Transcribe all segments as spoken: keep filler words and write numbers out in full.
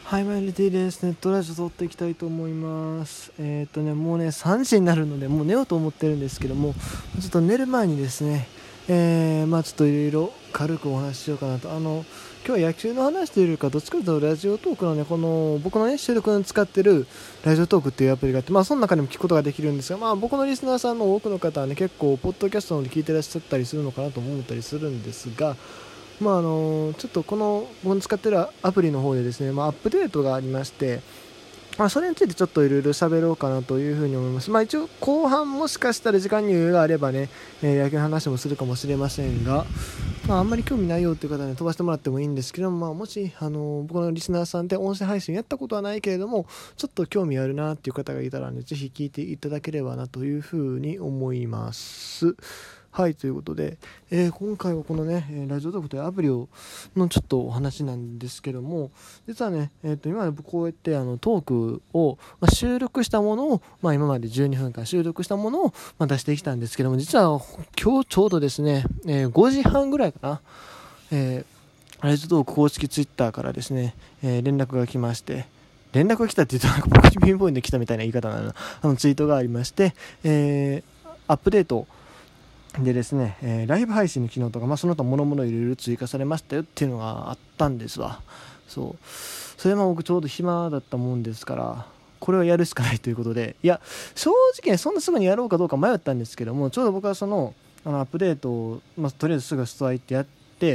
はい、マイルティです。ネットラジオ撮っていきたいと思います。えーっとね、もうね、さんじになるので、もう寝ようと思ってるんですけども、ちょっと寝る前にですね、えー、まあちょっといろいろ軽くお話ししようかなと。あの、今日は野球の話というよりか、どっちかというとラジオトークのね、この、僕のね、収録に使ってるラジオトークっていうアプリがあって、まあその中でも聞くことができるんですが、まあ僕のリスナーさんの多くの方はね、結構、ポッドキャストので聞いてらっしゃったりするのかなと思ったりするんですが、まああのちょっとこの僕の使っているアプリの方でですね、まあ、アップデートがありまして、まあ、それについてちょっといろいろ喋ろうかなというふうに思います。まあ、一応後半もしかしたら時間に余裕があればね、えー野球の話もするかもしれませんが、まあ、あんまり興味ないよという方は、ね、飛ばしてもらってもいいんですけども、まあ、もし、あの僕のリスナーさんで音声配信やったことはないけれどもちょっと興味あるなっていう方がいたら、ね、ぜひ聞いていただければなというふうに思います。はい、ということで、えー今回はこのね、えーラジオトークというアプリをのちょっとお話なんですけども、実はね、えー、と今まで僕こうやってあのトークを、まあ、収録したものを、まあ、今までじゅうにふんかん収録したものを、まあ、出してきたんですけども、実は今日ちょうどですね、えーごじはんぐらいかな、えーラジオトーク公式ツイッターからですね、えー連絡が来まして、連絡が来たって言うとなんか僕にピンポイントで来たみたいな言い方なのあのツイートがありまして、えーアップデートでですね、えーライブ配信の機能とか、まあ、その他諸々いろいろ追加されましたよっていうのがあったんですわ。そうそれも僕ちょうど暇だったもんですから、これはやるしかないということで、いや正直ねそんなすぐにやろうかどうか迷ったんですけども、ちょうど僕はそのあのアップデートを、まあ、とりあえずすぐストア行ってやって、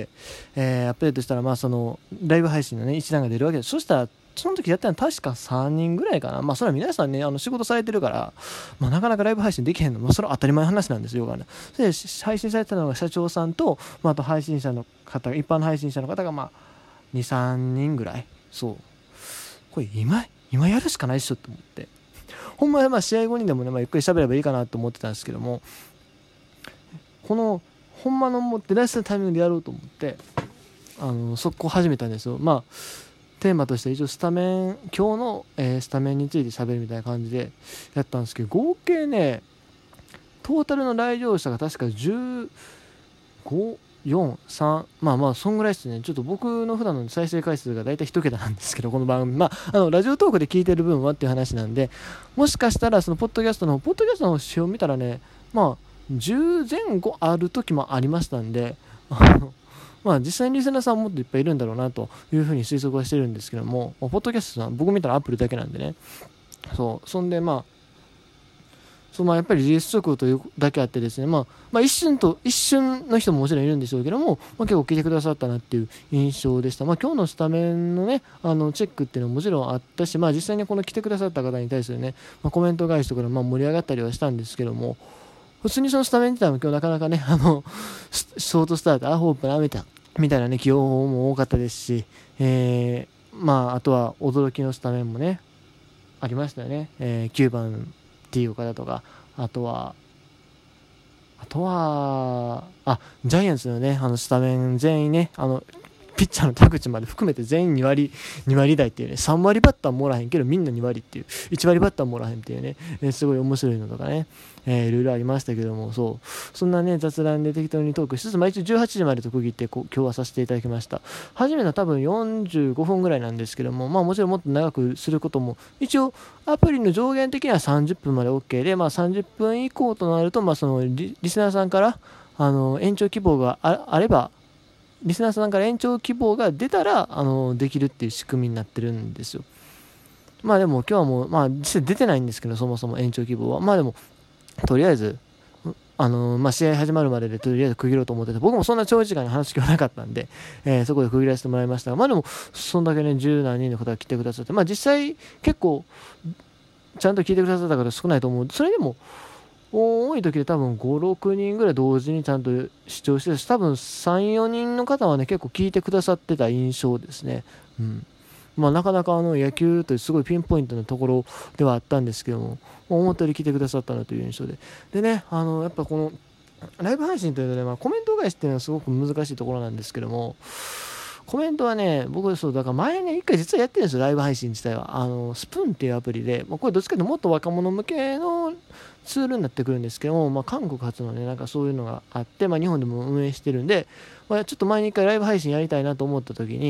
えーアップデートしたら、まあそのライブ配信のね一覧が出るわけです。そしたらその時やったのは確かさんにんぐらいかな。まあそれは皆さんね、あの仕事されてるから、まあ、なかなかライブ配信できへんの、まあ、それは当たり前の話なんですよ。それで配信されてたのが社長さんと、まあ、あと配信者の方、一般の配信者の方がまあに、さんにんぐらい。そうこれ今今やるしかないっしょと思って、ほんまはまあ試合後にでもね、まあ、ゆっくり喋ればいいかなと思ってたんですけども、このほんまのもって出したタイミングでやろうと思って、あの速攻始めたんですよ。まあテーマとして一応スタメン今日の、えースタメンについて喋るみたいな感じでやったんですけど、合計ねトータルの来場者が確かじゅうご、よん、さん、まあまあそんぐらいですね。ちょっと僕の普段の再生回数がだいたい一桁なんですけど、この番組、まああのラジオトークで聞いてる分はっていう話なんで、もしかしたらそのポッドキャストのポッドキャストの仕様を見たらね、まあじゅうぜん後ある時もありましたんで、あのまあ実際にリスナーさんもっといっぱいいるんだろうなというふうに推測はしてるんですけども、ポッドキャストさん僕見たらアプリだけなんでね、そうそんでまあそうまあやっぱり自律速というだけあってですね、まあ、まあ一瞬と一瞬の人ももちろんいるんでしょうけども、まあ、結構聞いてくださったなっていう印象でした。まあ今日のスタメンのねあのチェックっていうのももちろんあったし、まあ実際にこの来てくださった方に対するね、まあ、コメント返しとかでまあ盛り上がったりはしたんですけども、普通にそのスタメン自体も今日なかなかねあのショートスターターホープなめたみたいなね起用も多かったですし、えー、まああとは驚きのスタメンもねありましたよね。えー、きゅうばん T 岡田とか、あとはあとはあジャイアンツのねあのスタメン全員ね、あのピッチャーの田口まで含めて全員に割に割台っていうね、さん割バッターもらへんけどみんなに割っていう、いち割バッターもらへんっていうね、えーすごい面白いのとかね、えーいろいろありましたけども、そうそんなね雑談で適当にトークしつつ、毎日じゅうはちじまでと区切ってこう今日はさせていただきました。初めの多分よんじゅうごふんぐらいなんですけども、まあもちろんもっと長くすることも一応アプリの上限的にはさんじゅっぷんまで OK で、まあさんじゅっぷん以降となると、まあそのリリスナーさんからあの延長希望が あ, あればリスナーさんから延長希望が出たらあのできるっていう仕組みになってるんですよ。まあでも今日はもうまあ実際出てないんですけど、そもそも延長希望はまあでもとりあえずあのまあ試合始まるまででとりあえず区切ろうと思ってて、僕もそんな長時間に話す気はなかったんで、えーそこで区切らせてもらいましたが、まあでもそんだけね十何人の方が来てくださって、まあ実際結構ちゃんと聞いてくださった方少ないと思う。それでも多い時で多分ご、ろくにんぐらい同時にちゃんと視聴してたし、多分さん、よにんの方はね結構聞いてくださってた印象ですね。うん。まあなかなかあの野球というすごいピンポイントなところではあったんですけども、思ったより聞いてくださったなという印象で。でね、あのやっぱこのライブ配信というので、まあ、コメント返しっていうのはすごく難しいところなんですけども、コメントはね、僕そうだから前ね一回実はやってるんですよ、ライブ配信自体は。あのスプーンっていうアプリで、まあ、これどっちかというともっと若者向けのツールになってくるんですけども、まあ、韓国発のねなんかそういうのがあって、まあ、日本でも運営してるんで、まあ、ちょっと前に一回ライブ配信やりたいなと思った時に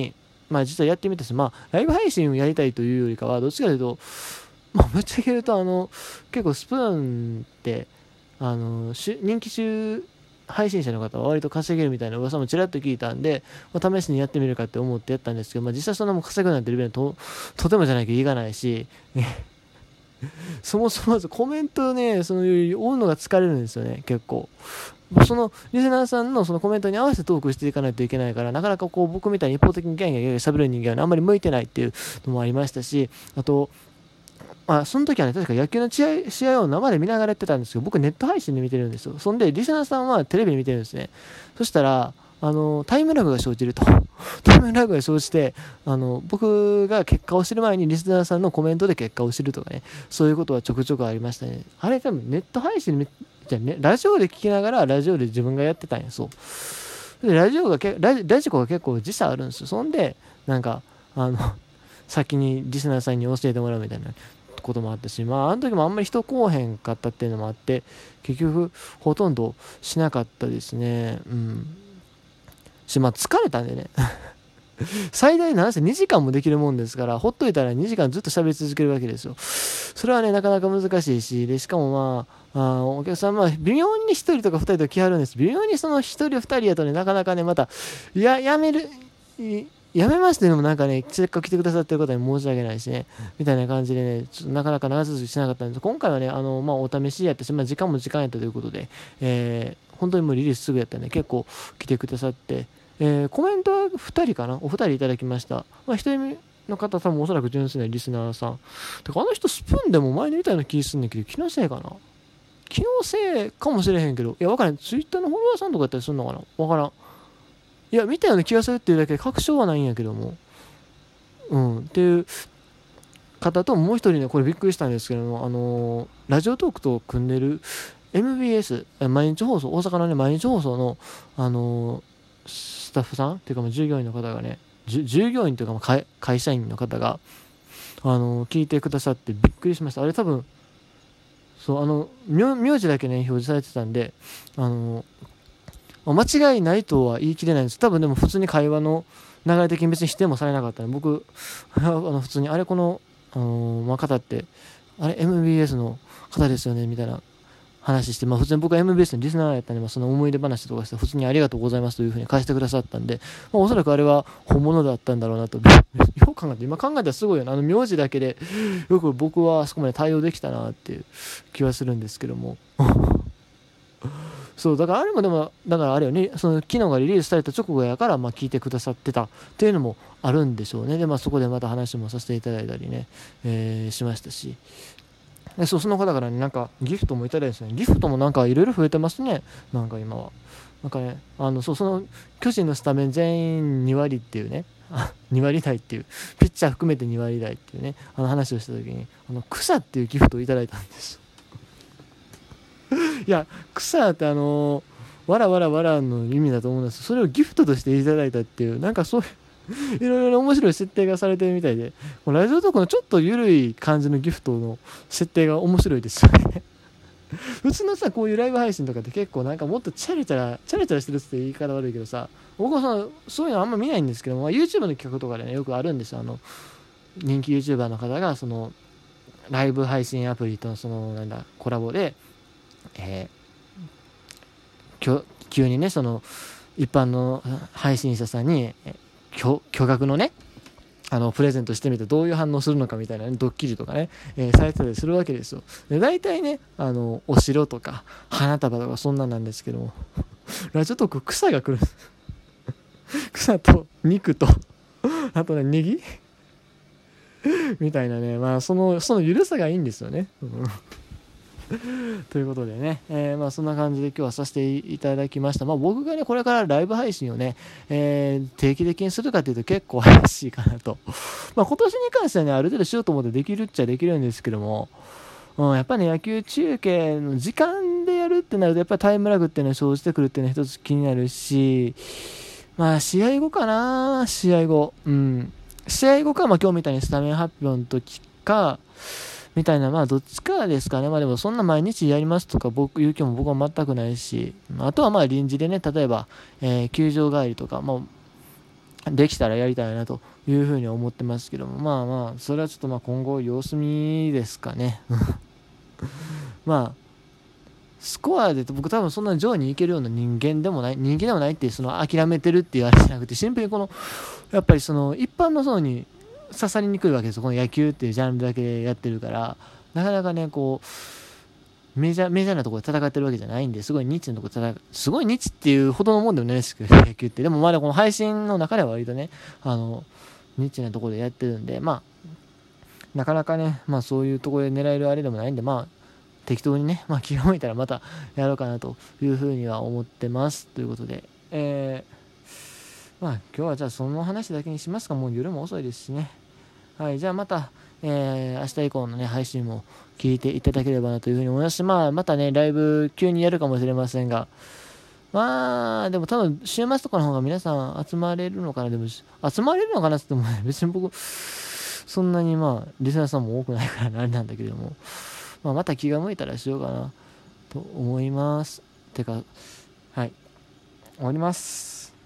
まあ実はやってみたし、まあライブ配信をやりたいというよりかはどっちかというと、まあぶっちゃけるとあの結構スプーンってあの人気集配信者の方は割と稼げるみたいな噂もちらっと聞いたんで、まあ、試しにやってみるかって思ってやったんですけど、まあ、実際そんなもん稼ぐなんてレベルととてもじゃないけどいかないし、ね、そもそもコメントね、その追うのが疲れるんですよね、結構。そのリスナーさんのそのコメントに合わせてトークしていかないといけないから、なかなかこう僕みたいに一方的にギャンギャンギャンギャン喋る人間はあんまり向いてないっていうのもありましたし、あとあその時はね、確か野球の試合、試合を生で見ながらやってたんですけど、僕ネット配信で見てるんですよ。そんで、リスナーさんはテレビで見てるんですね。そしたら、あの、タイムラグが生じると。タイムラグが生じて、あの、僕が結果を知る前にリスナーさんのコメントで結果を知るとかね、そういうことはちょくちょくありましたね。あれ多分ネット配信で、じゃね、ラジオで聞きながら、ラジオで自分がやってたんや、そう。で、ラジオがけ、ラジ、ラジコが結構時差あるんですよ。そんで、なんか、あの、先にリスナーさんに教えてもらうみたいなこともあったし、まああの時もあんまり人来おへんかったっていうのもあって、結局ほとんどしなかったですね。うんし、まあ疲れたんでね最大なんせにじかんもできるもんですから、ほっといたらにじかんずっと喋り続けるわけですよ。それはねなかなか難しいし、でしかもまああお客さんまあ微妙にひとりとかふたりとか来はるんです。微妙にそのひとりふたりやとねなかなかねまたややめるやめましてでもなんかね、せっかく来てくださってる方に申し訳ないしね、みたいな感じでね、ちょっとなかなか長続きしなかったんです。今回はね、あの、まあ、お試しやったし、まあ、時間も時間やったということで、えー、本当にもうリリースすぐやったんで、結構来てくださって、えー、コメントはふたりかなおふたりいただきました。まあ、ひとりめの方さんもおそらく純粋なリスナーさん。てか、あの人スプーンでも前に見たような気するんだけど、気のせいかな気のせいかもしれへんけど、いや、わからん。ツイッターのフォロワーさんとかやったりするのかなわからん。いや、見たような気がするっていうだけで確証はないんやけども。うん。っていう方と、もう一人ね、これびっくりしたんですけども、あのー、ラジオトークと組んでる エムビーエス、毎日放送、大阪のね、毎日放送の、あのー、スタッフさんっていうか、従業員の方がね、従業員というか、まあ、会社員の方が、あのー、聞いてくださってびっくりしました。あれ多分、そう、あの、名字だけね、表示されてたんで、あのー、間違いないとは言い切れないんです。多分でも普通に会話の流れ的に別に否定もされなかったので、僕あの普通にあれこの、あのーまあ、方ってあれ エムビーエス の方ですよねみたいな話して、まあ、普通に僕は エムビーエス のリスナーやったんで、まあ、その思い出話とかして普通にありがとうございますというふうに返してくださったんで、まあ、おそらくあれは本物だったんだろうなとよく考えて今考えたらすごいよな、あの名字だけでよく僕はあそこまで対応できたなっていう気はするんですけどもそうだからあれもでもだからあれよね、その機能がリリースされた直後やからまあ聞いてくださってたっていうのもあるんでしょうね。でまあそこでまた話もさせていただいたりね、えー、しましたし、でそうその方からねなんかギフトもいただいてですね、ギフトもなんかいろいろ増えてますね。なんか今はなんかねあのそうその巨人のスタメン全員に割っていうねに割台っていうピッチャー含めてに割台っていうねあの話をした時にあの草っていうギフトをいただいたんですよ。いや草ってあのー、わらわらわらの意味だと思うんです。それをギフトとしていただいたっていうなんかそういういろいろ面白い設定がされてるみたいで、このラジオトークのちょっと緩い感じのギフトの設定が面白いですよね普通のさこういうライブ配信とかって結構なんかもっとチャラチャラチャラチャラしてるって言い方悪いけどさ、僕はさそういうのあんま見ないんですけども、まあ、YouTube の企画とかでねよくあるんですよ。あの人気 YouTuber の方がそのライブ配信アプリとそのなんだコラボでえー、急にねその一般の配信者さんに巨額のねあのプレゼントしてみてどういう反応するのかみたいな、ね、ドッキリとかね、えー、されてたりするわけですよ。で大体ねあのお城とか花束とかそんなんなんですけどもラジオトーク草が来る草と肉とあとねネギみたいなね、まあそのその緩さがいいんですよねということでね、えー、まあそんな感じで今日はさせていただきました。まあ僕がねこれからライブ配信をね、えー、定期的にするかというと結構怪しいかなとまあ今年に関してはねある程度しようと思ってできるっちゃできるんですけども、うん、やっぱりね野球中継の時間でやるってなるとやっぱりタイムラグっていうのが生じてくるっていうのは一つ気になるし、まあ試合後かな試合後うん試合後かまあ今日みたいにスタメン発表の時かみたいな、まあどっちかですかね。まあでもそんな毎日やりますとか僕言う気も僕は全くないし、あとはまあ臨時でね例えば、えー、球場帰りとかもできたらやりたいなというふうに思ってますけども、まあまあそれはちょっとまあ今後様子見ですかねまあスコアで僕多分そんな上位に行けるような人間でもない人間でもないっていうその諦めてるっていうあれじゃなくて、シンプルにこのやっぱりその一般の層に刺さりにくいわけですよ。この野球っていうジャンルだけでやってるから、なかなかねこうメジャーメジャーなところで戦ってるわけじゃないんで、すごいニッチなところで戦う、すごいニッチっていうほどのもんでもないですけど野球って。でもまだこの配信の中では割とねあのニッチなところでやってるんで、まあなかなかねまあそういうところで狙えるあれでもないんで、まあ適当にね、まあ、気が向いたらまたやろうかなというふうには思ってますということで、えー、まあ今日はじゃあその話だけにしますか。もう夜も遅いですしね。はい、じゃあまた、えー、明日以降のね配信も聞いていただければなというふうに思いますし、まあまたねライブ急にやるかもしれませんが、まあでも多分週末とかの方が皆さん集まれるのかな。でも集まれるのかなって言っても、ね、別に僕そんなにまあリスナーさんも多くないからあれなんだけれども、まあ、また気が向いたらしようかなと思います。てか、はい、終わります。